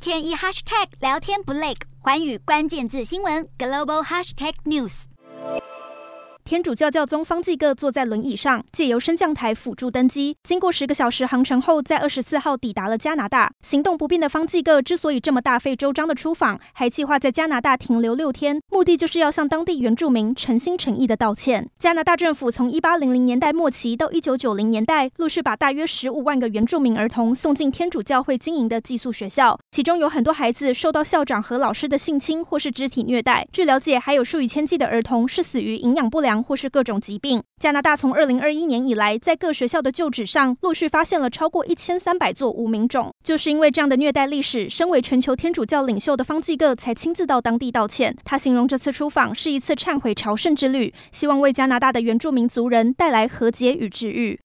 天一 hashtag 聊天不累，寰宇关键字新闻 global hashtag news。 天主教教宗方济各坐在轮椅上，借由升降台辅助登机。经过10个小时航程后，在24号抵达了加拿大。行动不便的方济各之所以这么大费周章的出访，还计划在加拿大停留6天，目的就是要向当地原住民诚心诚意的道歉。加拿大政府从1800年代末期到1990年代，陆续把大约15万个原住民儿童送进天主教会经营的寄宿学校，其中有很多孩子受到校长和老师的性侵或是肢体虐待。据了解，还有数以千计的儿童是死于营养不良或是各种疾病。加拿大从2021年以来，在各学校的旧址上陆续发现了超过1300座无名冢。就是因为这样的虐待历史，身为全球天主教领袖的方济各才亲自到当地道歉。他形容这次出访是一次忏悔朝圣之旅，希望为加拿大的原住民族人带来和解与治愈。